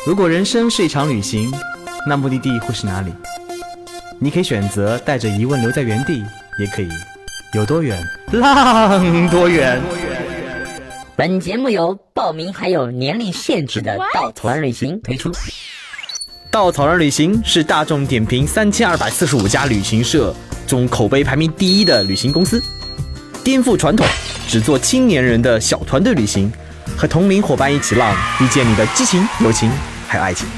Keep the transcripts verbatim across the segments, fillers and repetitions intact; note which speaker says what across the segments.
Speaker 1: 如果人生是一场旅行，那目的地会是哪里？你可以选择带着疑问留在原地，也可以有多远浪多远。
Speaker 2: 本节目由报名还有年龄限制的稻草人旅行推出。
Speaker 1: 稻草人旅行是大众点评三千二百四十五家旅行社中口碑排名第一的旅行公司，颠覆传统，只做青年人的小团队旅行，和同龄伙伴一起浪，遇见你的激情、友情还有爱情。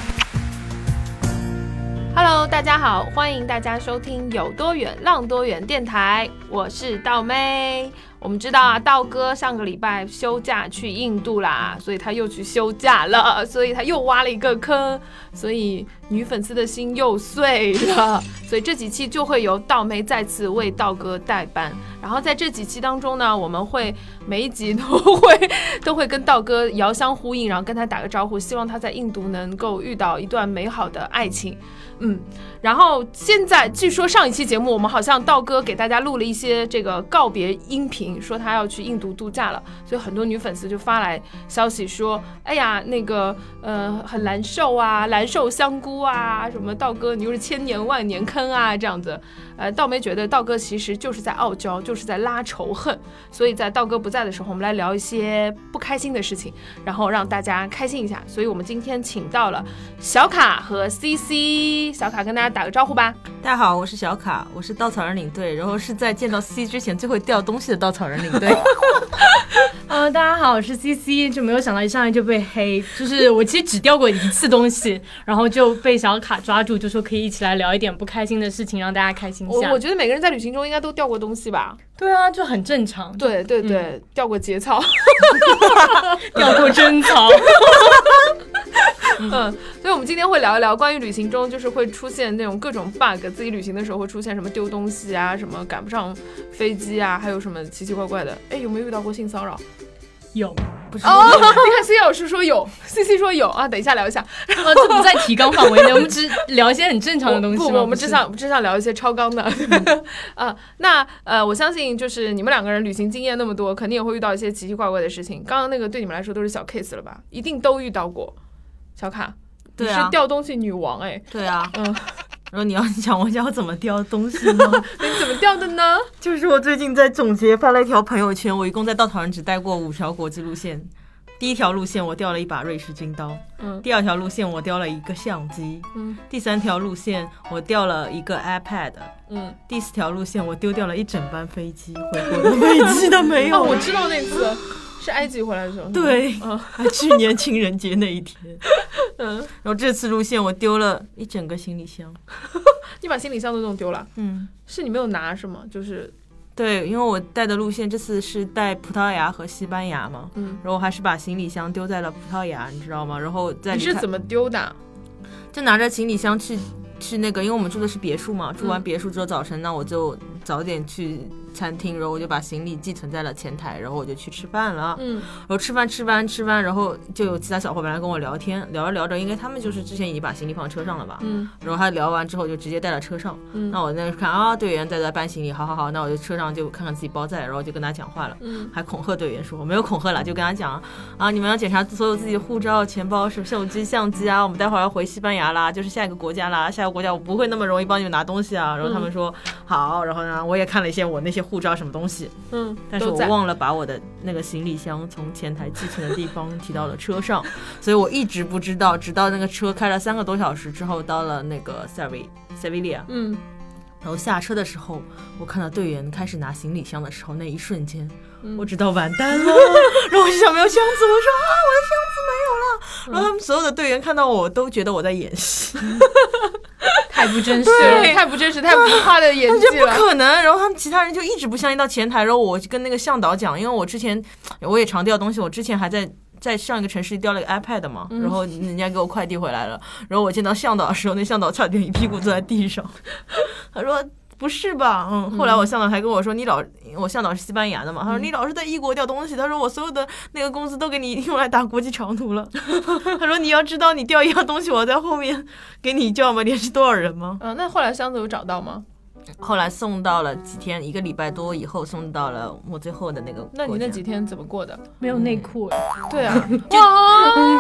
Speaker 3: Hello， 大家好，欢迎大家收听有多远浪多远电台，我是道妹。我们知道啊，道哥上个礼拜休假去印度啦，所以他又去休假了，所以他又挖了一个坑，所以女粉丝的心又碎了，所以这几期就会由道妹再次为道哥代班。然后在这几期当中呢，我们会每一集都会都会跟道哥遥相呼应，然后跟他打个招呼，希望他在印度能够遇到一段美好的爱情。嗯，然后现在据说上一期节目我们好像道哥给大家录了一些这个告别音频，说他要去印度度假了，所以很多女粉丝就发来消息说，哎呀，那个呃很难受啊，难受香菇啊，什么道哥你又是千年万年坑啊这样子。呃，道妹觉得道哥其实就是在傲娇，就是在拉仇恨，所以在道哥不在的时候，我们来聊一些不开心的事情，然后让大家开心一下。所以我们今天请到了小卡和 C C， 小卡跟大家打个招呼吧。
Speaker 4: 大家好，我是小卡，我是稻草人领队，然后是在见到 C 之前最会掉东西的稻草人领队。
Speaker 5: 呃，大家好，我是 C C， 就没有想到一上来就被黑，就是我其实只掉过一次东西，然后就被小卡抓住，就说可以一起来聊一点不开心的事情，让大家开心一下。
Speaker 3: 我我觉得每个人在旅行中应该都掉过东西吧？
Speaker 5: 对啊，就很正常。
Speaker 3: 对对对，嗯、掉过节操，
Speaker 5: 掉过贞操。
Speaker 3: 嗯，所以我们今天会聊一聊关于旅行中就是会出现那种各种 bug， 自己旅行的时候会出现什么丢东西啊，什么赶不上飞机啊，还有什么奇奇怪怪的。哎，有没有遇到过性骚扰？
Speaker 5: 有，不是
Speaker 3: 哦，你看 C C 老师说有 ，C C 说有啊，等一下聊一下。
Speaker 5: 啊，这不在提纲范围内，我们只聊一些很正常的东西。
Speaker 3: 不，不我们只想只想聊一些超纲的。啊，那呃，我相信就是你们两个人旅行经验那么多，肯定也会遇到一些奇奇怪怪的事情。刚刚那个对你们来说都是小 case 了吧？一定都遇到过。小卡，
Speaker 4: 对啊，
Speaker 3: 你是掉东西女王哎、欸。
Speaker 4: 对啊，
Speaker 3: 嗯。
Speaker 4: 然后你要讲我要怎么掉东西呢？
Speaker 3: 你怎么掉的呢？
Speaker 4: 就是我最近在总结发了一条朋友圈，我一共在稻草人只带过五条国际路线。第一条路线我掉了一把瑞士军刀，嗯，第二条路线我掉了一个相机，嗯，第三条路线我掉了一个 iPad， 嗯，第四条路线我丢掉了一整班飞机，回国的飞机都没有。
Speaker 3: 哦，我知道那次是埃及回来的时候，
Speaker 4: 对，嗯，还去年情人节那一天，嗯，然后这次路线我丢了一整个行李箱。
Speaker 3: 你把行李箱都弄丢了？嗯，是你没有拿是吗？就是
Speaker 4: 对，因为我带的路线这次是带葡萄牙和西班牙嘛，嗯，然后还是把行李箱丢在了葡萄牙，你知道吗？然后在
Speaker 3: 你是怎么丢的？
Speaker 4: 就拿着行李箱去去那个，因为我们住的是别墅嘛，住完别墅之后早晨，那我就早点去餐厅，然后我就把行李寄存在了前台，然后我就去吃饭了。嗯，然后吃饭吃饭吃饭，然后就有其他小伙伴来跟我聊天，聊着聊着，应该他们就是之前已经把行李放车上了吧。嗯，然后他聊完之后就直接带到车上。嗯，那我那看啊，队员在这搬行李，好好好，那我就车上就看看自己包在，然后就跟他讲话了。嗯，还恐吓队员说我没有恐吓了，就跟他讲啊，你们要检查所有自己的护照、钱包、手机、相机啊，我们待会儿要回西班牙啦，就是下一个国家啦，下一个国家我不会那么容易帮你们拿东西啊。然后他们说、嗯、好，然后呢，我也看了一些我那些护照什么东西，嗯，但是我忘了把我的那个行李箱从前台寄存的地方提到了车上，所以我一直不知道，直到那个车开了三个多小时之后，到了那个塞维塞维利亚，嗯，然后下车的时候，我看到队员开始拿行李箱的时候，那一瞬间，嗯、我知道完蛋了，然后我就想没有箱子，我说啊，我的箱子没有了，然后他们所有的队员看到我都觉得我在演戏。
Speaker 5: 太不真实了，
Speaker 3: 太不真实，太浮夸的演技了，
Speaker 4: 不可能。然后他们其他人就一直不相信，到前台，然后我就跟那个向导讲，因为我之前我也常掉东西，我之前还在在上一个城市掉了个 iPad 嘛，然后人家给我快递回来了，然后我见到向导的时候，那向导差点一屁股坐在地上，他说不是吧，嗯，后来我向导还跟我说，你老我向导是西班牙的嘛，他说你老是在异国掉东西，他说我所有的那个工资都给你用来打国际长途了，他说你要知道你掉一样东西，我在后面给你叫吗？联系多少人吗？
Speaker 3: 嗯，那后来箱子有找到吗？
Speaker 4: 后来送到了几天，一个礼拜多以后送到了我最后的那个。
Speaker 3: 那你那几天怎么过的？
Speaker 5: 没有内裤、
Speaker 3: 嗯、对啊，
Speaker 4: 就就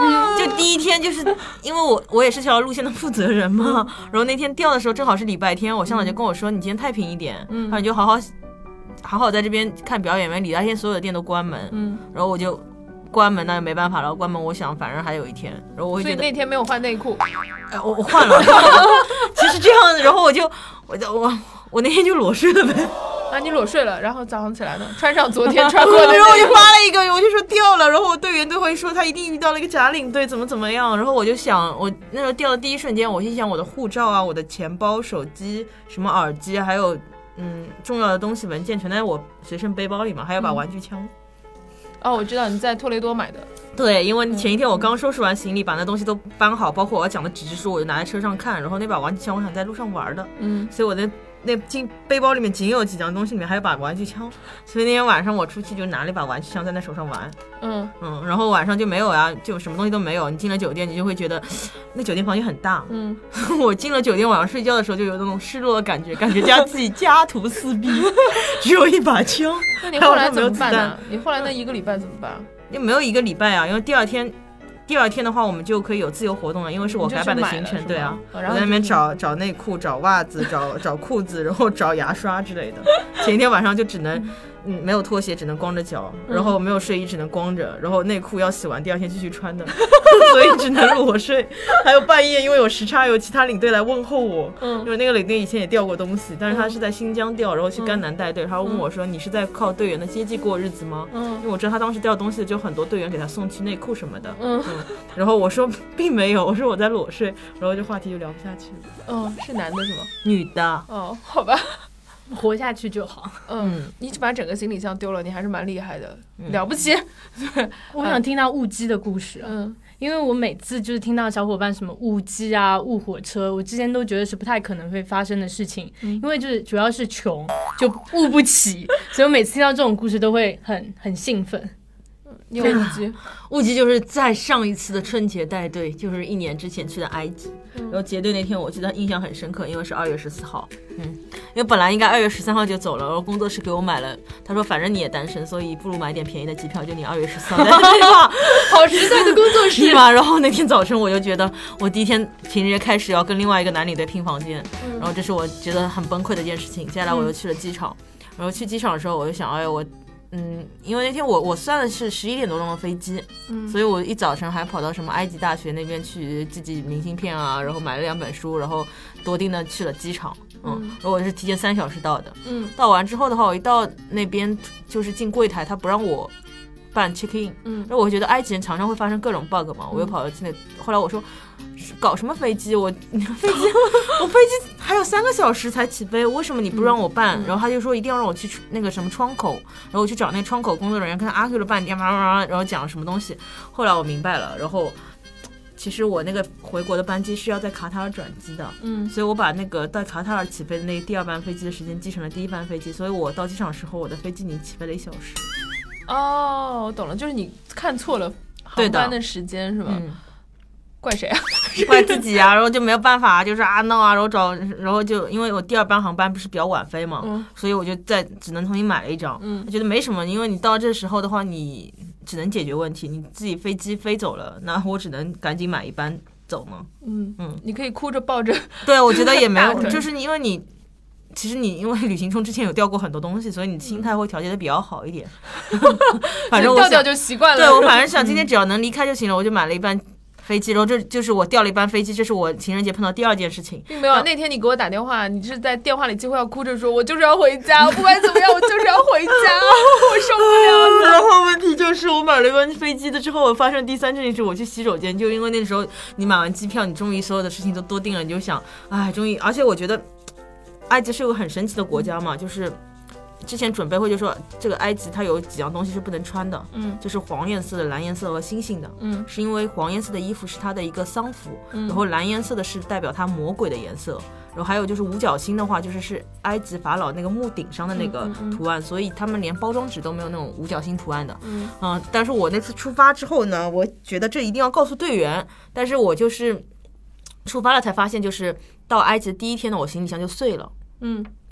Speaker 4: 就第一天就是因为我我也是这条路线的负责人嘛，然后那天调的时候正好是礼拜天，我向导就跟我说你今天太平一点，嗯，然后你就好好好好在这边看表演，因为礼拜天所有的店都关门，嗯，然后我就关门，那就没办法了。关门，我想反正还有一天，然后我会觉得，
Speaker 3: 所以那天没有换内裤。
Speaker 4: 呃、我我换了。其实这样，然后我就我就我我那天就裸睡了呗。
Speaker 3: 啊，你裸睡了，然后早上起来呢，穿上昨天穿过的，
Speaker 4: 然后我就发了一个，我就说掉了，然后我队员都会说他一定遇到了一个假领队，怎么怎么样，然后我就想，我那时候掉的第一瞬间，我心想我的护照啊，我的钱包、手机、什么耳机，还有嗯重要的东西文件全在我随身背包里嘛，还有把玩具枪。嗯
Speaker 3: 哦，我知道你在托雷多买的。
Speaker 4: 对，因为前一天我刚收拾完行李，把那东西都搬好，包括我要讲的纸质书，我就拿在车上看。然后那把玩具枪，我想在路上玩的，嗯，所以我那那进背包里面仅有几样东西，里面还有把玩具枪。所以那天晚上我出去就拿了一把玩具枪在那手上玩，嗯嗯，然后晚上就没有啊，就什么东西都没有。你进了酒店，你就会觉得那酒店房间很大，嗯，我进了酒店晚上睡觉的时候就有那种失落的感觉，感觉家自己家徒四壁，只有一把枪。
Speaker 3: 那你后来怎么办呢？你后来那一个礼拜怎么办？
Speaker 4: 就没有一个礼拜啊，因为第二天，第二天的话我们就可以有自由活动了，因为是我改版的行程，对啊，我在那边找找内裤、找袜子、找找裤子，然后找牙刷之类的。前一天晚上就只能。嗯，没有拖鞋，只能光着脚，然后没有睡衣，只能光着，然后内裤要洗完，第二天继续穿的，所以只能裸睡。还有半夜，因为有时差，有其他领队来问候我，嗯，因为那个领队以前也调过东西，但是他是在新疆调，然后去甘南带队，他问我说：“你是在靠队员的接济过日子吗？”嗯，因为我知道他当时调东西就很多队员给他送去内裤什么的，嗯嗯，然后我说并没有，我说我在裸睡，然后这话题就聊不下去了。
Speaker 3: 哦，是男的是吗？
Speaker 4: 女的。
Speaker 3: 哦，好吧。
Speaker 5: 活下去就好。
Speaker 3: 嗯，你把整个行李箱丢了，你还是蛮厉害的，嗯、了不起。
Speaker 5: 我想听到误机的故事、啊，嗯，因为我每次就是听到小伙伴什么误机啊、误火车，我之前都觉得是不太可能会发生的事情，嗯、因为就是主要是穷，就误不起，所以我每次听到这种故事都会很很兴奋。
Speaker 3: 你有误机？
Speaker 4: 误机就是在上一次的春节带队，就是一年之前去的埃及，嗯、然后结队那天我记得印象很深刻，因为是二月十四号，嗯，因为本来应该二月十三号就走了，然后工作室给我买了，他说反正你也单身，所以不如买点便宜的机票，就你二月十四号在那边吧。
Speaker 3: 好实在的工作室
Speaker 4: 是吧？然后那天早晨我就觉得，我第一天情人节开始要跟另外一个男领队拼房间，嗯、然后这是我觉得很崩溃的一件事情。接下来我又去了机场，嗯、然后去机场的时候我就想，哎我。嗯，因为那天我我算的是十一点多钟的飞机，嗯，所以我一早晨还跑到什么埃及大学那边去寄寄明信片啊，然后买了两本书，然后多订的去了机场，嗯，然后我是提前三小时到的，嗯，到完之后的话，我一到那边就是进柜台，他不让我办 check in， 嗯，然后我觉得埃及人常常会发生各种 bug 嘛，我又跑到那，后来我说搞什么飞机，我飞机我飞机还有三个小时才起飞，为什么你不让我办？然后他就说一定要让我去那个什么窗口，然后我去找那个窗口工作人员跟他 argue 了半天，然后讲什么东西，后来我明白了，然后其实我那个回国的班机是要在卡塔尔转机的，嗯，所以我把那个到卡塔尔起飞的那第二班飞机的时间记成了第一班飞机，所以我到机场的时候我的飞机已经起飞了一小时。
Speaker 3: 哦，我懂了，就是你看错了航班的时间是吧？嗯，怪谁啊？
Speaker 4: 怪自己啊，然后就没有办法，就是啊闹啊，然后找，然后就因为我第二班航班不是比较晚飞嘛，嗯、所以我就再只能重新买了一张，嗯，我觉得没什么，因为你到这时候的话，你只能解决问题，你自己飞机飞走了，那我只能赶紧买一班走嘛，嗯
Speaker 3: 嗯，你可以哭着抱着，
Speaker 4: 对，我觉得也没有，就是因为你。其实你因为旅行中之前有掉过很多东西，所以你心态会调节的比较好一点。
Speaker 3: 反正我掉掉就习惯了。
Speaker 4: 对，我反正想今天只要能离开就行了，我就买了一班飞机，然后这就是我掉了一班飞机，这是我情人节碰到第二件事情。
Speaker 3: 并没有，那天你给我打电话，你是在电话里几乎要哭着说，我就是要回家，不管怎么样，我就是要回家，我受不了了。
Speaker 4: 然后问题就是我买了一班飞机的之后，我发生第三件事情，我去洗手间，就因为那时候你买完机票，你终于所有的事情都都定了，你就想，哎，终于，而且我觉得。埃及是有个很神奇的国家嘛，就是之前准备会就说这个埃及它有几样东西是不能穿的，嗯，就是黄颜色的、蓝颜色和星星的，嗯，是因为黄颜色的衣服是它的一个丧服，嗯，然后蓝颜色的是代表它魔鬼的颜色，然后还有就是五角星的话，就是是埃及法老那个墓顶上的那个图案，嗯嗯嗯，所以他们连包装纸都没有那种五角星图案的，嗯，呃、但是我那次出发之后呢，我觉得这一定要告诉队员，但是我就是出发了才发现，就是到埃及第一天呢，我行李箱就碎了。嗯，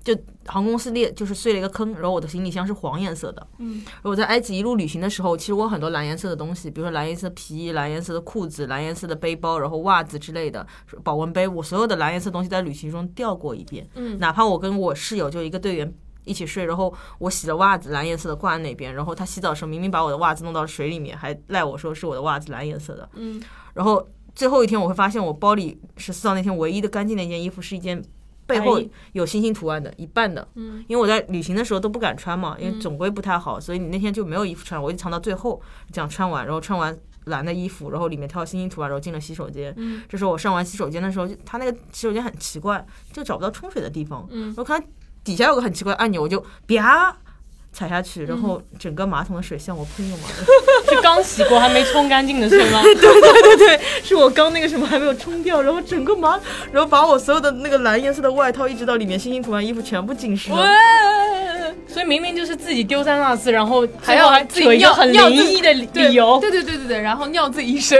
Speaker 4: 就航空公司裂就是碎了一个坑，然后我的行李箱是黄颜色的。嗯，然后我在埃及一路旅行的时候，其实我有很多蓝颜色的东西，比如说蓝颜色皮衣、蓝颜色的裤子、蓝颜色的背包，然后袜子之类的，保温杯，我所有的蓝颜色东西在旅行中掉过一遍。嗯，哪怕我跟我室友就一个队员一起睡，然后我洗了袜子蓝颜色的挂在那边，然后他洗澡的时候明明把我的袜子弄到水里面，还赖我说是我的袜子蓝颜色的。嗯，然后最后一天我会发现我包里十四号那天唯一的干净的一件衣服是一件背后有星星图案的一半的。嗯，因为我在旅行的时候都不敢穿嘛，因为总归不太好，所以你那天就没有衣服穿，我就藏到最后这样穿完，然后穿完蓝的衣服，然后里面挑星星图案，然后进了洗手间。嗯，这时候我上完洗手间的时候，他那个洗手间很奇怪，就找不到冲水的地方。嗯，我看底下有个很奇怪的按钮，我就啪踩下去，然后整个马桶的水向我喷涌来了。
Speaker 5: 是刚洗过还没冲干净的水吗？
Speaker 4: 对对对对，是我刚那个什么还没有冲掉，然后整个马，然后把我所有的那个蓝颜色的外套一直到里面星星图案衣服全部浸湿了。
Speaker 5: 所以明明就是自己丢三落四，然后
Speaker 3: 还要
Speaker 5: 还有一个很灵异的理由。
Speaker 3: 对对对对对，然后尿自己一身。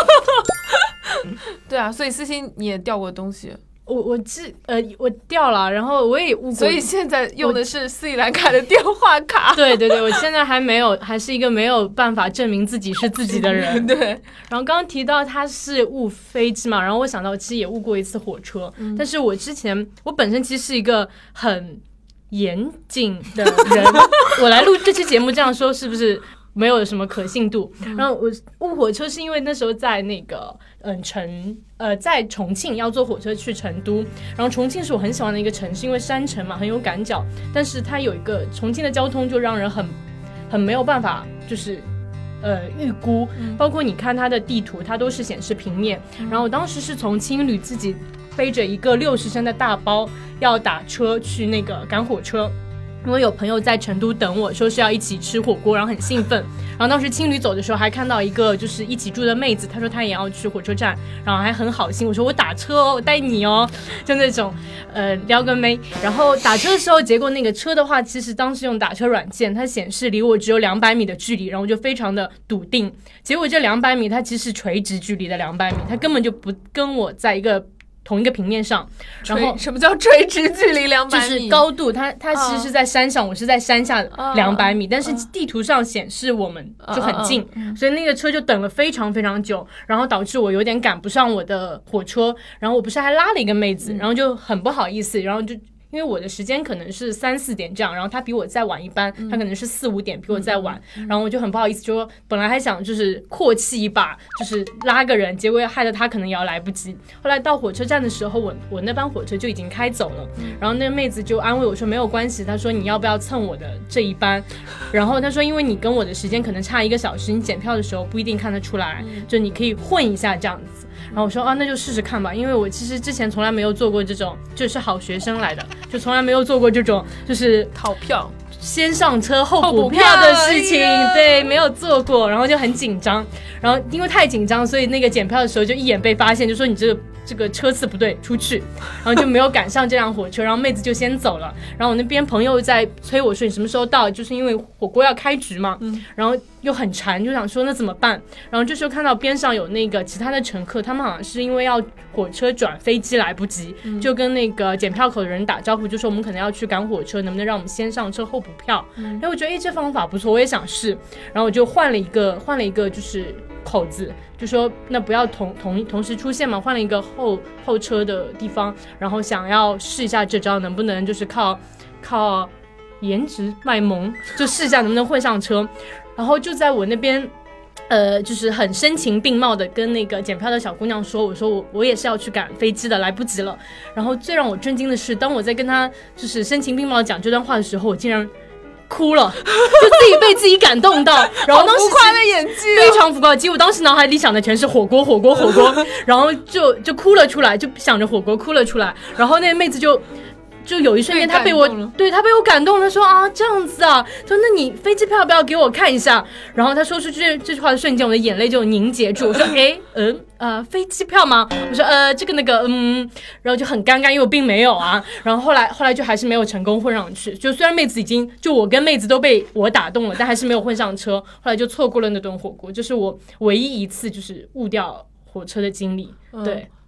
Speaker 3: 对啊，所以思欣你也掉过东西。
Speaker 5: 我我记呃我掉了，然后我也误过，
Speaker 3: 所以现在用的是斯里兰卡的电话卡。
Speaker 5: 对对对，我现在还没有，还是一个没有办法证明自己是自己的人。
Speaker 3: 对。
Speaker 5: 然后刚刚提到他是误飞机嘛，然后我想到我其实也误过一次火车，嗯、但是我之前我本身其实是一个很严谨的人，我来录这期节目这样说是不是？没有什么可信度。然后我误火车是因为那时候在那个嗯成呃在重庆要坐火车去成都，然后重庆是我很喜欢的一个城市，因为山城嘛很有赶脚，但是它有一个重庆的交通就让人很很没有办法就是呃预估，包括你看它的地图它都是显示平面，然后我当时是从青旅自己背着一个六十升的大包要打车去那个赶火车，因为有朋友在成都等我，说是要一起吃火锅，然后很兴奋。然后当时青旅走的时候还看到一个就是一起住的妹子，她说她也要去火车站，然后还很好心，我说我打车哦，我带你哦，就那种呃撩个妹。然后打车的时候，结果那个车的话，其实当时用打车软件，它显示离我只有两百米的距离，然后我就非常的笃定。结果这两百米它其实是垂直距离的两百米，它根本就不跟我在一个同一个平面上。然后
Speaker 3: 什么叫垂直距离两百米？
Speaker 5: 就是高度，它它其实是在山上， uh, 我是在山下两百米， uh, 但是地图上显示我们就很近， uh, uh, uh, 所以那个车就等了非常非常久，然后导致我有点赶不上我的火车，然后我不是还拉了一个妹子，然后就很不好意思，然后就因为我的时间可能是三四点这样，然后他比我再晚一班，他可能是四五点比我再晚，嗯、然后我就很不好意思，就说本来还想就是阔气一把，就是拉个人，结果害得他可能也要来不及。后来到火车站的时候，我我那班火车就已经开走了，然后那个妹子就安慰我说没有关系，她说你要不要蹭我的这一班，然后她说因为你跟我的时间可能差一个小时，你检票的时候不一定看得出来，就你可以混一下这样子。然后我说啊，那就试试看吧，因为我其实之前从来没有做过这种，就是好学生来的，就从来没有做过这种就是
Speaker 3: 逃票
Speaker 5: 先上车后补票的事情，对，没有做过，然后就很紧张，然后因为太紧张，所以那个检票的时候就一眼被发现，就说你这个这个车次不对，出去，然后就没有赶上这辆火车，然后妹子就先走了，然后我那边朋友在催我说你什么时候到，就是因为火锅要开局嘛，嗯、然后又很馋，就想说那怎么办，然后这时候看到边上有那个其他的乘客，他们好像是因为要火车转飞机来不及，嗯、就跟那个检票口的人打招呼，就说我们可能要去赶火车，能不能让我们先上车后补票，嗯、然后我觉得哎这方法不错，我也想试，然后我就换了一个换了一个就是口子，就说那不要同同同时出现嘛，换了一个后后车的地方，然后想要试一下这招能不能就是靠靠颜值卖萌，就试一下能不能混上车，然后就在我那边呃，就是很声情并茂的跟那个检票的小姑娘说，我说我我也是要去赶飞机的，来不及了。然后最让我震惊的是，当我在跟她就是声情并茂的讲这段话的时候，我竟然哭了，就自己被自己感动到，然后当时
Speaker 3: 浮夸的演技、哦、
Speaker 5: 非常浮夸。其实我当时脑海里想的全是火锅火锅火锅，然后就就哭了出来，就想着火锅哭了出来。然后那个妹子就就有一瞬间她被我对她被我感动，她说啊这样子啊，说那你飞机票要不要给我看一下？然后她说出这这句话的瞬间，我的眼泪就凝结住。我说哎嗯呃飞机票吗？我说呃这个那个嗯，然后就很尴尬，因为我并没有啊。然后后来后来就还是没有成功混上去，就虽然妹子已经就我跟妹子都被我打动了，但还是没有混上车。后来就错过了那顿火锅，这是我唯一一次就是误掉火车的经历。对。嗯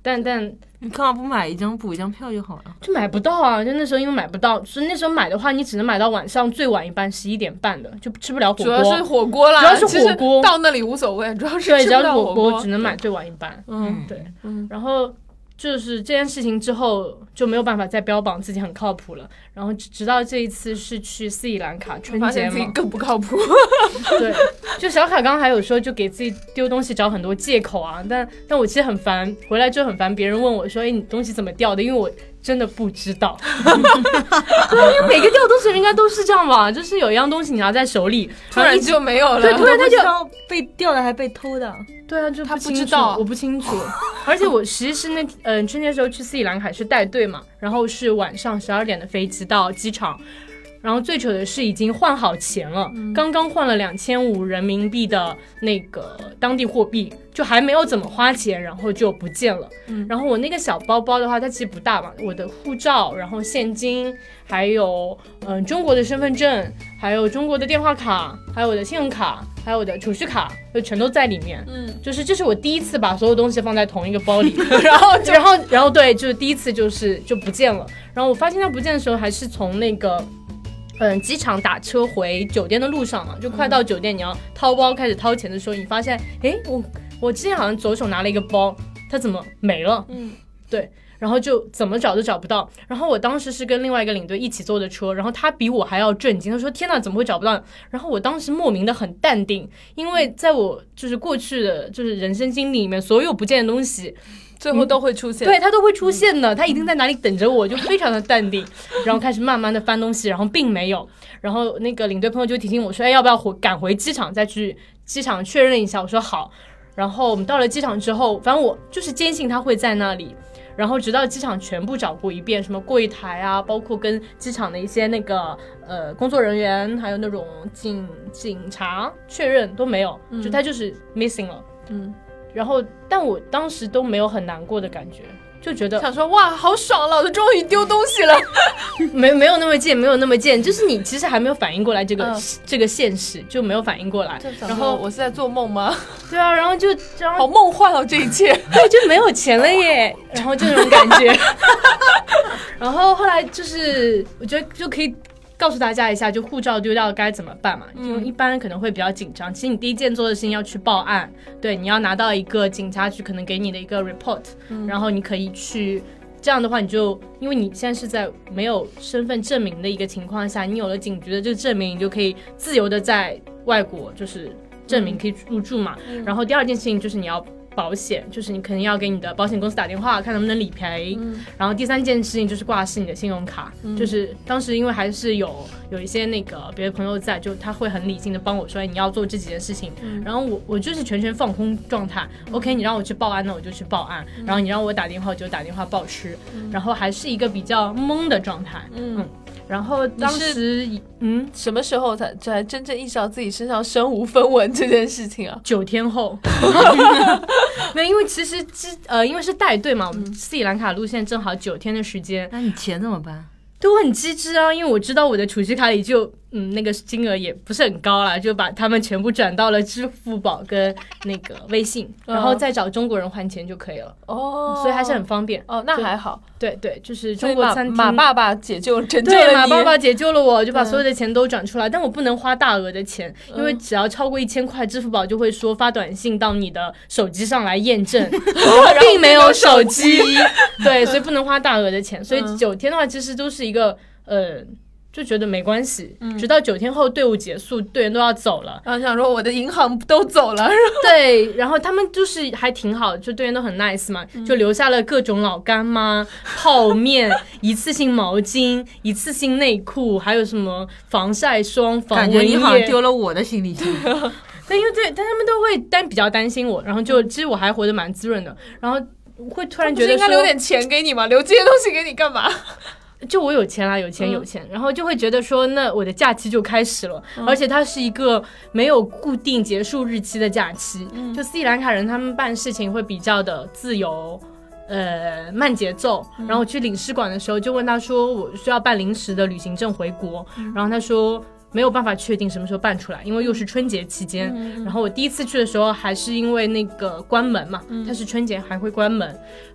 Speaker 5: 但但
Speaker 4: 你干嘛不买一张补一张票就好了？
Speaker 5: 就买不到啊！就那时候因为买不到，所以那时候买的话，你只能买到晚上最晚一班十一点半的，就吃不了火锅。
Speaker 3: 主要是火锅啦，
Speaker 5: 主要是火锅，
Speaker 3: 到那里无所谓，主要是
Speaker 5: 对，只要是
Speaker 3: 吃不到
Speaker 5: 火锅只能买最晚一班。
Speaker 3: 嗯，
Speaker 5: 对，嗯，然后。就是这件事情之后就没有办法再标榜自己很靠谱了，然后直到这一次是去斯里兰卡春节嘛，
Speaker 3: 自己更不靠谱。
Speaker 5: 对，就小卡刚刚还有说就给自己丢东西找很多借口啊，但但我其实很烦，回来之后很烦别人问我说，哎，你东西怎么掉的？因为我真的不知道。对，因为每个掉东西应该都是这样吧，就是有一样东西你拿在手里，
Speaker 3: 突然就没有了，
Speaker 5: 对，突然它就
Speaker 4: 被掉的还被偷的。
Speaker 5: 对啊，就
Speaker 3: 他
Speaker 5: 不
Speaker 3: 知道，
Speaker 5: 我不清楚。而且我其实是那嗯、呃、春节时候去斯里兰卡是带队嘛，然后是晚上十二点的飞机到机场，然后最糗的是已经换好钱了，嗯、刚刚换了两千五人民币的那个当地货币，就还没有怎么花钱，然后就不见了。嗯、然后我那个小包包的话，它其实不大嘛，我的护照，然后现金，还有嗯、呃、中国的身份证，还有中国的电话卡，还有我的信用卡。还有我的储蓄卡就全都在里面，嗯，就是这是我第一次把所有东西放在同一个包里，然后然后然后对，就是第一次就是就不见了。然后我发现它不见的时候，还是从那个嗯机场打车回酒店的路上嘛，就快到酒店，你要掏包开始掏钱的时候，你发现，哎，我我之前好像左手拿了一个包，它怎么没了？嗯，对。然后就怎么找都找不到，然后我当时是跟另外一个领队一起坐的车，然后他比我还要震惊，他说天哪，怎么会找不到？然后我当时莫名的很淡定，因为在我就是过去的就是人生经历里面，所有不见的东西
Speaker 3: 最后都会出现、
Speaker 5: 嗯、对，它都会出现的，它一定在哪里等着我，就非常的淡定，然后开始慢慢的翻东西，然后并没有，然后那个领队朋友就提醒我说，哎，要不要回赶回机场再去机场确认一下？我说好。然后我们到了机场之后，反正我就是坚信他会在那里，然后直到机场全部找过一遍，什么柜台啊，包括跟机场的一些那个呃工作人员，还有那种警警察确认都没有，嗯、就他就是 missing 了。嗯，然后但我当时都没有很难过的感觉，就觉得
Speaker 3: 想说哇好爽，老子终于丢东西了。
Speaker 5: 没没有那么贱，没有那么贱，就是你其实还没有反应过来这个、嗯、这个现实，就没有反应过来。
Speaker 3: 然后我是在做梦吗？
Speaker 5: 对啊，然后就然后
Speaker 3: 好梦幻哦这一切，
Speaker 5: 对，就没有钱了耶，然后这种感觉。然后后来就是我觉得就可以告诉大家一下，就护照丢掉该怎么办嘛？因为一般人可能会比较紧张。其实你第一件做的事情要去报案，对，你要拿到一个警察局可能给你的一个 report，、嗯、然后你可以去。这样的话，你就因为你现在是在没有身份证明的一个情况下，你有了警局的这个证明，你就可以自由的在外国就是证明可以入住嘛。嗯、然后第二件事情就是你要保险，就是你肯定要给你的保险公司打电话看能不能理赔、嗯、然后第三件事情就是挂失你的信用卡、嗯、就是当时因为还是有有一些那个别的朋友在，就他会很理性的帮我说你要做这几件事情、嗯、然后我我就是全全放空状态、嗯、OK 你让我去报案那我就去报案、嗯、然后你让我打电话我就打电话报失、嗯、然后还是一个比较懵的状态。 嗯, 嗯然后当时嗯
Speaker 3: 什么时候才才真正意识到自己身上身无分文这件事情啊？
Speaker 5: 九天后。没有，因为其实呃因为是带队嘛，我们斯里兰卡路线正好九天的时间。
Speaker 4: 那你钱怎么办？
Speaker 5: 对，我很机智啊，因为我知道我的储蓄卡里就嗯那个金额也不是很高啦，就把他们全部转到了支付宝跟那个微信，然后再找中国人还钱就可以了。哦，所以还是很方便。
Speaker 3: 哦，那还好。
Speaker 5: 对对，就是中国餐厅。
Speaker 3: 马爸爸解救拯救了你。
Speaker 5: 对，马爸爸解救了我，就把所有的钱都转出来，嗯、但我不能花大额的钱，因为只要超过一千块，支付宝就会说发短信到你的手机上来验证，我并没有手机。对，所以不能花大额的钱，所以九天的话其实都是一个呃。就觉得没关系、嗯、直到九天后队伍结束，队员都要走了，
Speaker 3: 然后想说我的银行都走了。
Speaker 5: 对，然后他们就是还挺好，就队员都很 nice 嘛、嗯、就留下了各种老干妈、泡面、一次性毛巾、一次性内裤，还有什么防晒霜、防蚊液。
Speaker 4: 感觉你好像丢了我的行李箱。
Speaker 5: 但因为对，但他们都会担比较担心我，然后就其实我还活得蛮滋润的，然后会突然觉得说
Speaker 3: 应该留点钱给你吗？留这些东西给你干嘛？
Speaker 5: 就我有钱啦，有钱有钱、嗯、然后就会觉得说那我的假期就开始了、嗯、而且它是一个没有固定结束日期的假期、嗯、就斯里兰卡人他们办事情会比较的自由呃，慢节奏、嗯、然后去领事馆的时候就问他说我需要办临时的旅行证回国、嗯、然后他说没有办法确定什么时候办出来，因为又是春节期间、嗯、然后我第一次去的时候还是因为那个关门嘛、嗯、它是春节还会关门，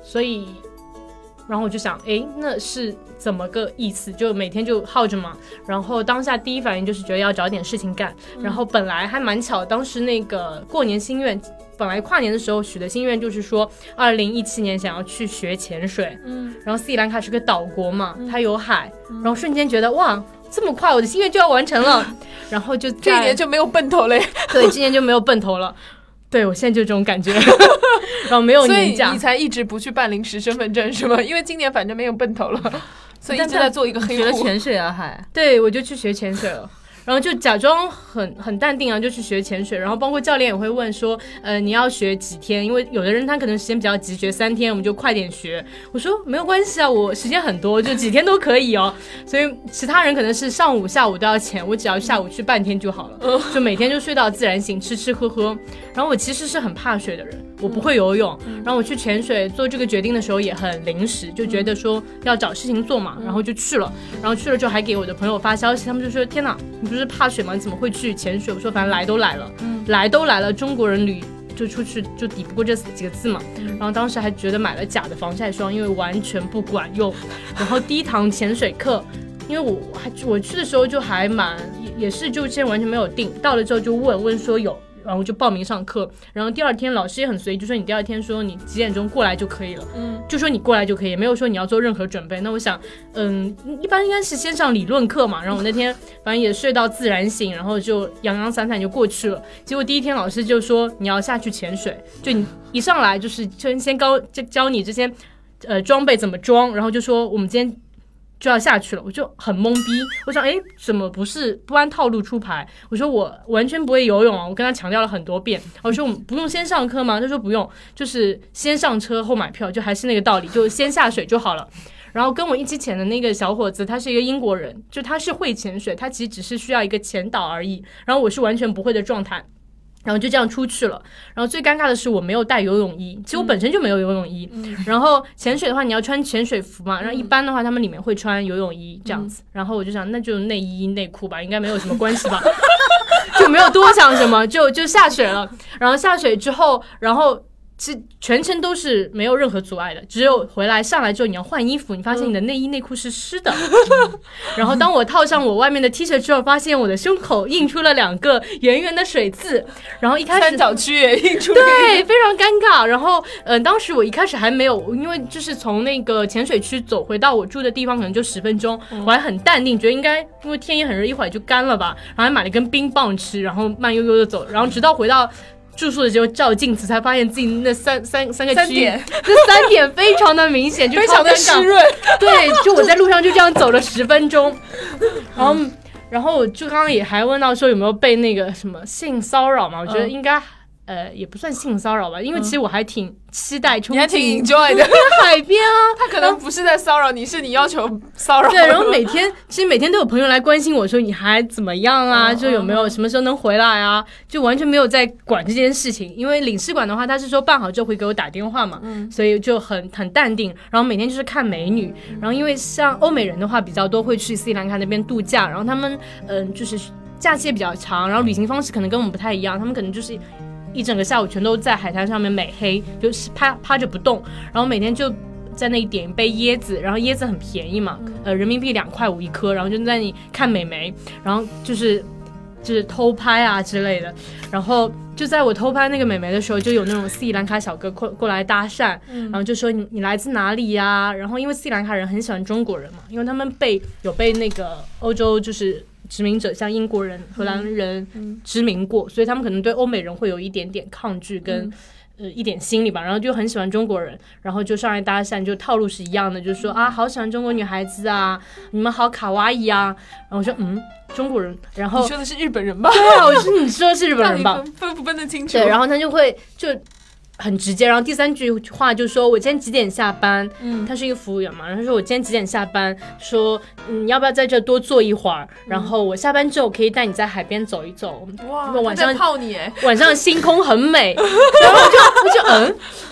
Speaker 5: 所以然后我就想，哎，那是怎么个意思？就每天就耗着嘛。然后当下第一反应就是觉得要找点事情干。嗯、然后本来还蛮巧，当时那个过年心愿，本来跨年的时候许的心愿就是说，二零一七年想要去学潜水。嗯。然后斯里兰卡是个岛国嘛，嗯、它有海，然后瞬间觉得哇，这么快我的心愿就要完成了。然后就
Speaker 3: 这一年就没有奔头了。
Speaker 5: 对，今年就没有奔头了。对，我现在就这种感觉。然后没有年假，
Speaker 3: 所以你才一直不去办临时身份证是吗？因为今年反正没有奔头了，所以一直在做一个黑户。
Speaker 4: 学了潜水啊，还
Speaker 5: 对，我就去学潜水了。然后就假装很很淡定啊，就去学潜水。然后包括教练也会问说，呃，你要学几天？因为有的人他可能时间比较急，学三天，我们就快点学。我说没有关系啊，我时间很多，就几天都可以哦。所以其他人可能是上午、下午都要潜，我只要下午去半天就好了，就每天就睡到自然醒，吃吃喝喝。然后我其实是很怕水的人，我不会游泳。然后我去潜水做这个决定的时候也很临时，就觉得说要找事情做嘛，然后就去了。然后去了之后还给我的朋友发消息，他们就说天哪，你不是怕水吗？你怎么会去潜水？我说反正来都来了，嗯、来都来了，中国人旅就出去就抵不过这几个字嘛。嗯、然后当时还觉得买了假的防晒霜，因为完全不管用。然后第一堂潜水课，因为我还我去的时候就还蛮也也是就现在完全没有定，到了之后就问问说有。然后就报名上课，然后第二天老师也很随意，就说你第二天说你几点钟过来就可以了，嗯，就说你过来就可以，也没有说你要做任何准备。那我想，嗯，一般应该是先上理论课嘛，然后我那天反正也睡到自然醒，然后就洋洋洒洒就过去了。结果第一天老师就说你要下去潜水，就你一上来就是先先教教你这些呃装备怎么装，然后就说我们今天就要下去了，我就很懵逼。我想，哎，怎么不是不按套路出牌？我说我完全不会游泳啊！我跟他强调了很多遍。我说我们不用先上课吗？他说不用，就是先上车后买票，就还是那个道理，就先下水就好了。然后跟我一起潜的那个小伙子，他是一个英国人，就他是会潜水，他其实只是需要一个潜导而已。然后我是完全不会的状态。然后就这样出去了。然后最尴尬的是我没有带游泳衣，其实我本身就没有游泳衣、嗯、然后潜水的话你要穿潜水服嘛，然后一般的话他们里面会穿游泳衣这样子、嗯、然后我就想那就内衣内裤吧，应该没有什么关系吧就没有多想什么，就就下水了。然后下水之后，然后其实全程都是没有任何阻碍的，只有回来上来之后你要换衣服，你发现你的内衣内裤是湿的、嗯、然后当我套上我外面的 T 恤之后，发现我的胸口印出了两个圆圆的水渍，然后一开始
Speaker 3: 三角区也印出了，
Speaker 5: 对，非常尴尬。然后嗯、呃，当时我一开始还没有，因为就是从那个潜水区走回到我住的地方可能就十分钟、嗯、我还很淡定，觉得应该因为天也很热，一会儿就干了吧，然后还买了一根冰棒吃，然后慢悠悠的走，然后直到回到住宿的时候照镜子才发现自己那三三三个区域，那三点非常的明显，就超尴尬，非常的湿润。对，就我在路上就这样走了十分钟，然后然后就刚刚也还问到说有没有被那个什么性骚扰嘛？我觉得应该、嗯、呃也不算性骚扰吧，因为其实我还挺期待冲
Speaker 3: 你还挺 enjoy 的
Speaker 5: 海边啊。
Speaker 3: 他可能不是在骚扰你，是你要求骚扰。
Speaker 5: 对，然后每天其实每天都有朋友来关心我说你还怎么样啊、嗯、就有没有什么时候能回来啊，就完全没有在管这件事情。因为领事馆的话他是说办好之后会给我打电话嘛、嗯、所以就很很淡定，然后每天就是看美女。然后因为像欧美人的话比较多会去斯里兰卡那边度假，然后他们嗯、呃、就是假期也比较长，然后旅行方式可能跟我们不太一样，他们可能就是一整个下午全都在海滩上面美黑，就是趴趴着不动，然后每天就在那里点一杯椰子，然后椰子很便宜嘛，呃，人民币两块五一颗，然后就在那里看美眉，然后就是就是偷拍啊之类的。然后就在我偷拍那个美眉的时候，就有那种斯里兰卡小哥过过来搭讪、嗯、然后就说你你来自哪里呀、啊？然后因为斯里兰卡人很喜欢中国人嘛，因为他们被有被那个欧洲就是殖民者像英国人荷兰人殖民过、嗯、所以他们可能对欧美人会有一点点抗拒跟、嗯呃，一点心理吧，然后就很喜欢中国人，然后就上来搭讪，就套路是一样的，就是说啊，好喜欢中国女孩子啊，你们好卡哇伊啊，然后我说嗯，中国人，然后
Speaker 3: 你说的是日本人吧？
Speaker 5: 对啊，我说你说的是日本人吧？
Speaker 3: 分不分得清楚？
Speaker 5: 对，然后他就会就很直接，然后第三句话就说我今天几点下班，嗯，他是一个服务员嘛，然后说我今天几点下班，说你要不要在这多坐一会儿、嗯、然后我下班之后可以带你在海边走一走。
Speaker 3: 哇，
Speaker 5: 晚上
Speaker 3: 在泡你耶，
Speaker 5: 晚上星空很美然后我就我就嗯，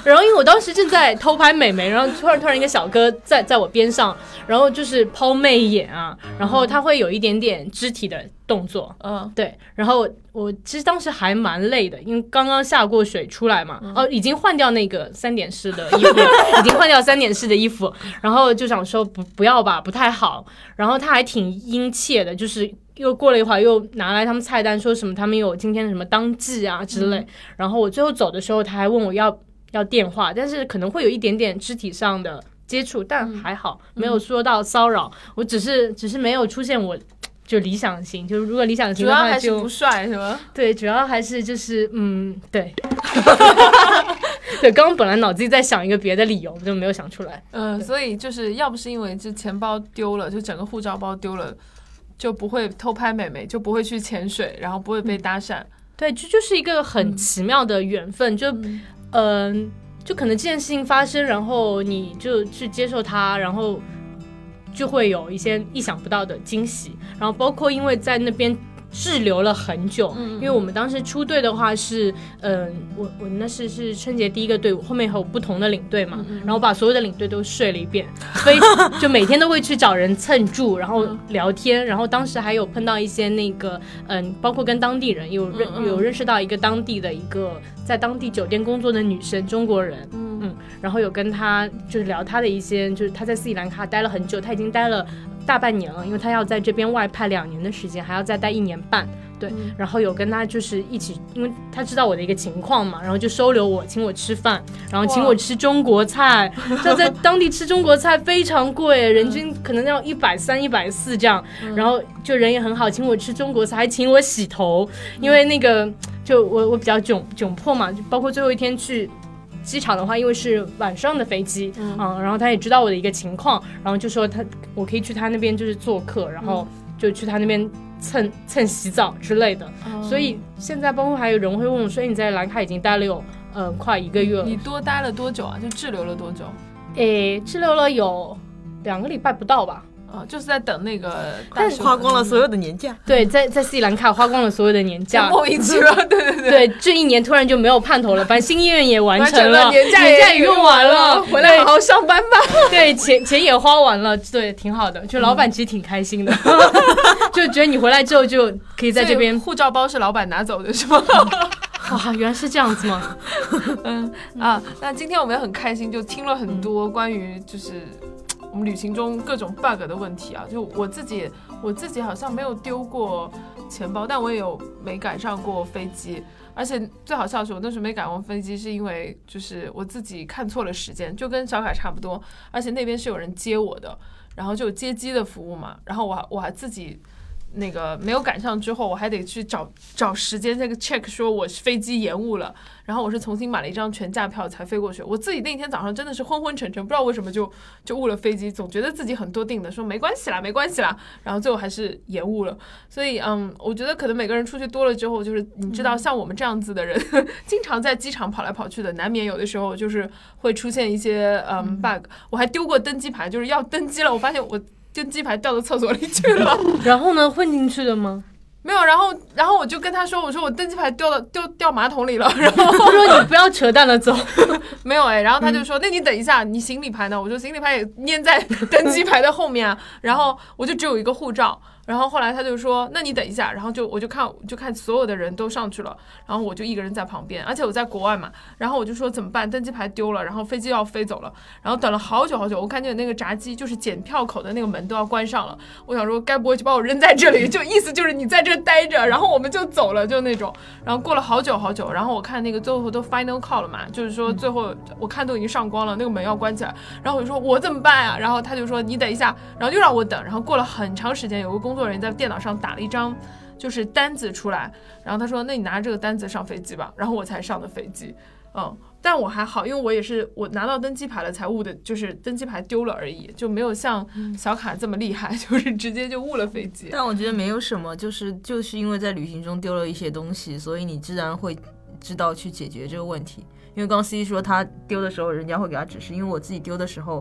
Speaker 5: 然后因为我当时正在偷拍美眉，然后突然突然一个小哥在在我边上，然后就是抛媚眼啊，然后他会有一点点肢体的动作，嗯，对，然后我其实当时还蛮累的，因为刚刚下过水出来嘛，嗯、哦，已经换掉那个三点式的衣服，已经换掉三点式的衣服，然后就想说不不要吧，不太好。然后他还挺殷切的，就是又过了一会儿又拿来他们菜单说什么他们有今天的什么当季啊之类。嗯、然后我最后走的时候，他还问我要要电话，但是可能会有一点点肢体上的接触，但还好、嗯、没有说到骚扰，我只是只是没有出现我。就理想型，就如果理想型的话就，
Speaker 3: 主要还是不帅是吗？
Speaker 5: 对，主要还是就是嗯，对，对，刚刚本来脑子里在想一个别的理由，就没有想出来。
Speaker 3: 嗯，所以就是要不是因为这钱包丢了，就整个护照包丢了，就不会偷拍美眉，就不会去潜水，然后不会被搭讪。嗯、
Speaker 5: 对，这就, 就是一个很奇妙的缘分，嗯、就嗯、呃，就可能这件事情发生，然后你就去接受它，然后。就会有一些意想不到的惊喜，然后包括因为在那边滞留了很久，嗯、因为我们当时出队的话是，嗯、呃，我我那是是春节第一个队伍，后面还有不同的领队嘛，嗯、然后把所有的领队都睡了一遍，所以就每天都会去找人蹭住，然后聊天，然后当时还有碰到一些那个，嗯，包括跟当地人有认有认识到一个当地的一个在当地酒店工作的女生，中国人，嗯嗯，然后有跟她就是聊她的一些，就是她在斯里兰卡待了很久，她已经待了大半年了，因为她要在这边外派两年的时间，还要再待一年半，对，嗯、然后有跟她就是一起，因为她知道我的一个情况嘛，然后就收留我，请我吃饭，然后请我吃中国菜，就在当地吃中国菜非常贵，人均可能要一百三、一百四这样，嗯、然后就人也很好，请我吃中国菜，还请我洗头，因为那个就我我比较窘窘迫嘛，就包括最后一天去。机场的话，因为是晚上的飞机，嗯，嗯，然后他也知道我的一个情况，然后就说他我可以去他那边就是做客，然后就去他那边蹭蹭洗澡之类的。嗯、所以现在包括还有人会问我说：“哎，你在兰卡已经待了有呃快一个月了。”
Speaker 3: 你多待了多久啊？就滞留了多久？
Speaker 5: 诶，滞留了有两个礼拜不到吧。
Speaker 3: 啊、哦，就是在等那个
Speaker 4: 但花光了所有的年假。
Speaker 5: 对，在在斯里兰卡花光了所有的年假，
Speaker 3: 莫名其妙，对对对，
Speaker 5: 对，这一年突然就没有盼头了，反正新意愿也完成了，
Speaker 3: 年假
Speaker 5: 年假也用完了，
Speaker 3: 回来好好上班吧。
Speaker 5: 对，钱钱也花完了，对，挺好的，就老板其实挺开心的，嗯、就觉得你回来之后就可以在这边。
Speaker 3: 护照包是老板拿走的是吗？
Speaker 5: 哇，原来是这样子吗？
Speaker 3: 嗯啊，那今天我们也很开心，就听了很多关于就是我们旅行中各种 bug 的问题啊。就我自己，我自己好像没有丢过钱包，但我也有没赶上过飞机。而且最好笑的是，我那时候没赶上飞机，是因为就是我自己看错了时间，就跟小卡差不多。而且那边是有人接我的，然后就有接机的服务嘛。然后我还我还自己。那个没有赶上之后，我还得去找找时间这个 check 说我飞机延误了，然后我是重新买了一张全价票才飞过去。我自己那天早上真的是昏昏沉沉，不知道为什么就就误了飞机，总觉得自己很多定的，说没关系啦没关系啦，然后最后还是延误了。所以嗯，我觉得可能每个人出去多了之后，就是你知道像我们这样子的人，嗯、经常在机场跑来跑去的，难免有的时候就是会出现一些嗯 bug。我还丢过登机牌，就是要登机了，我发现我。登机牌掉到厕所里去了，
Speaker 5: 然后呢，混进去的吗？
Speaker 3: 没有，然后然后我就跟他说，我说我登机牌掉到掉掉马桶里了，然后
Speaker 5: 他说你不要扯淡了走，
Speaker 3: 没有哎，然后他就说、嗯、那你等一下，你行李牌呢？我说行李牌也粘在登机牌的后面啊，然后我就只有一个护照。然后后来他就说那你等一下，然后就我就看就看所有的人都上去了，然后我就一个人在旁边，而且我在国外嘛，然后我就说怎么办，登机牌丢了，然后飞机要飞走了，然后等了好久好久，我看见那个闸机就是检票口的那个门都要关上了，我想说该不会就把我扔在这里，就意思就是你在这待着，然后我们就走了，就那种。然后过了好久好久，然后我看那个最后都 final call 了嘛，就是说最后我看都已经上光了，那个门要关起来，然后我就说我怎么办啊，然后他就说你等一下，然后就让我等，然后过了很长时间，有个工作人员在电脑上打了一张就是单子出来，然后他说那你拿着这个单子上飞机吧，然后我才上的飞机。嗯，但我还好，因为我也是我拿到登机牌了才误的，就是登机牌丢了而已，就没有像小卡这么厉害，就是直接就误了飞机。
Speaker 4: 但我觉得没有什么，就是就是因为在旅行中丢了一些东西，所以你自然会知道去解决这个问题。因为刚刚 C 说他丢的时候人家会给他指示，因为我自己丢的时候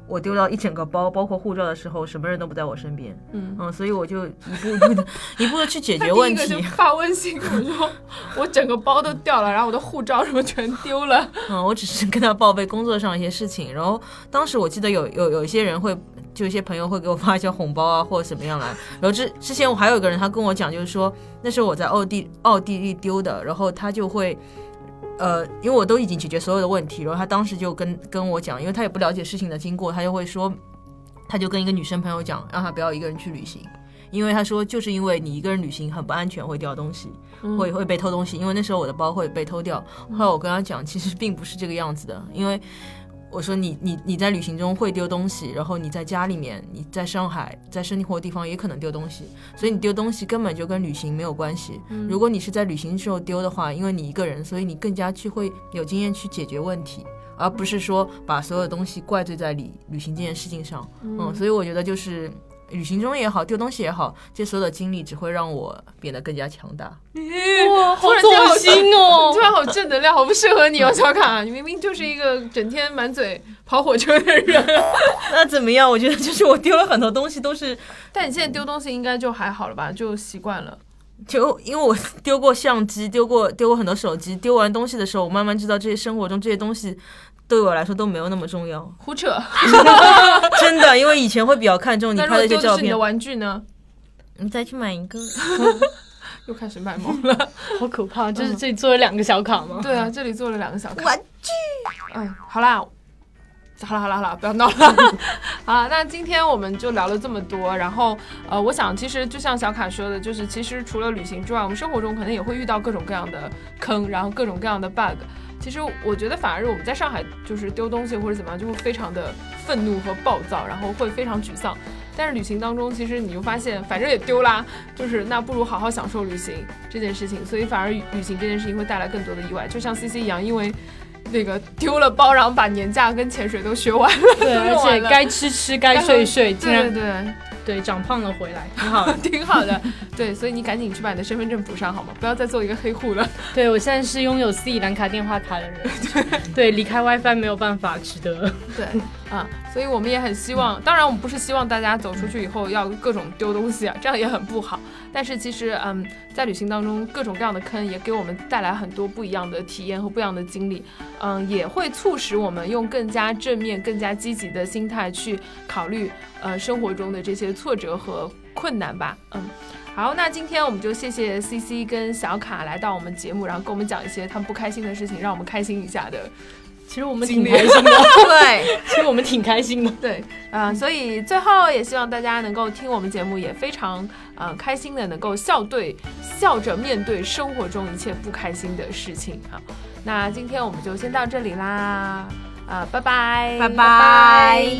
Speaker 4: 我丢到一整个包，包括护照的时候，什么人都不在我身边。嗯嗯，所以我就一步一步的、一步的去解决问题。
Speaker 3: 他第一个就发微信跟我说，我整个包都掉了，然后我的护照什么全丢了。
Speaker 4: 嗯，我只是跟他报备工作上一些事情，然后当时我记得有有有一些人会。就一些朋友会给我发一些红包啊，或者什么样来。然后之之前我还有一个人，他跟我讲，就是说那时候我在奥地奥地利丢的，然后他就会，呃，因为我都已经解决所有的问题，然后他当时就跟跟我讲，因为他也不了解事情的经过，他就会说，他就跟一个女生朋友讲，让他不要一个人去旅行，因为他说就是因为你一个人旅行很不安全，会掉东西，会会被偷东西，因为那时候我的包会被偷掉。后来我跟他讲，其实并不是这个样子的，因为。我说你你你在旅行中会丢东西，然后你在家里面，你在上海，在生活的地方也可能丢东西，所以你丢东西根本就跟旅行没有关系。嗯、如果你是在旅行时候丢的话，因为你一个人，所以你更加去会有经验去解决问题，而不是说把所有的东西怪罪在旅旅行这件事情上。嗯，嗯所以我觉得就是旅行中也好，丢东西也好，这所有的经历只会让我变得更加强大。
Speaker 5: 哇，好走心哦！
Speaker 3: 突然好正能量，好不适合你哦，小卡。你明明就是一个整天满嘴跑火车的人。
Speaker 4: 那怎么样？我觉得就是我丢了很多东西，都是。
Speaker 3: 但你现在丢东西应该就还好了吧？就习惯了。
Speaker 4: 就因为我丢过相机，丢过丢过很多手机，丢完东西的时候，我慢慢知道这些生活中这些东西对我来说都没有那么重要。
Speaker 3: 胡扯，
Speaker 4: 真的，因为以前会比较看重你拍的一些照片。
Speaker 3: 那如果丢的是你的玩具呢？
Speaker 4: 你再去买一个。
Speaker 3: 又开始卖萌了，
Speaker 5: 好可怕！就是这里做了两个小卡吗？
Speaker 3: 对啊，这里做了两个小卡。
Speaker 4: 玩具。
Speaker 3: 嗯，好啦。好了好了好了，不要闹了。好了，那今天我们就聊了这么多，然后呃，我想其实就像小卡说的，就是其实除了旅行之外，我们生活中可能也会遇到各种各样的坑，然后各种各样的 bug。其实我觉得反而我们在上海就是丢东西或者怎么样，就会非常的愤怒和暴躁，然后会非常沮丧。但是旅行当中，其实你就发现反正也丢啦，就是那不如好好享受旅行这件事情，所以反而旅行这件事情会带来更多的意外，就像 C C 一样，因为。那个丢了包，然后把年假跟潜水都学完了，
Speaker 5: 对，而且该吃吃，该睡睡，竟然
Speaker 3: 对对
Speaker 5: 对长胖了回来，挺好的，
Speaker 3: 挺好的。对，所以你赶紧去把你的身份证补上好吗？不要再做一个黑户了。
Speaker 5: 对，我现在是拥有斯里兰卡电话卡的人，对，离开 WiFi 没有办法取得。
Speaker 3: 对啊，所以我们也很希望，当然我们不是希望大家走出去以后要各种丢东西啊，这样也很不好。但是其实，嗯，在旅行当中，各种各样的坑也给我们带来很多不一样的体验和不一样的经历，嗯，也会促使我们用更加正面、更加积极的心态去考虑，呃，生活中的这些挫折和困难吧，嗯。好，那今天我们就谢谢 C C 跟小卡来到我们节目，然后跟我们讲一些他们不开心的事情，让我们开心一下的。
Speaker 5: 其实我们挺开心的，
Speaker 3: 对，
Speaker 5: 其实我们挺开心的，
Speaker 3: 对，啊、呃，所以最后也希望大家能够听我们节目，也非常呃开心的能够笑对笑着面对生活中一切不开心的事情啊。那今天我们就先到这里啦，啊、呃，拜拜，
Speaker 4: 拜拜。拜拜。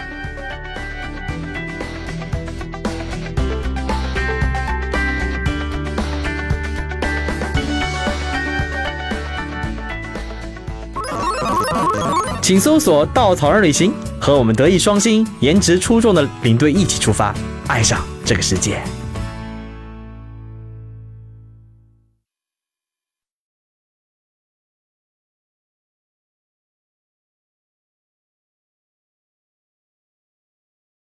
Speaker 1: 请搜索稻草人旅行，和我们德艺双馨、颜值出众的领队一起出发，爱上这个世界。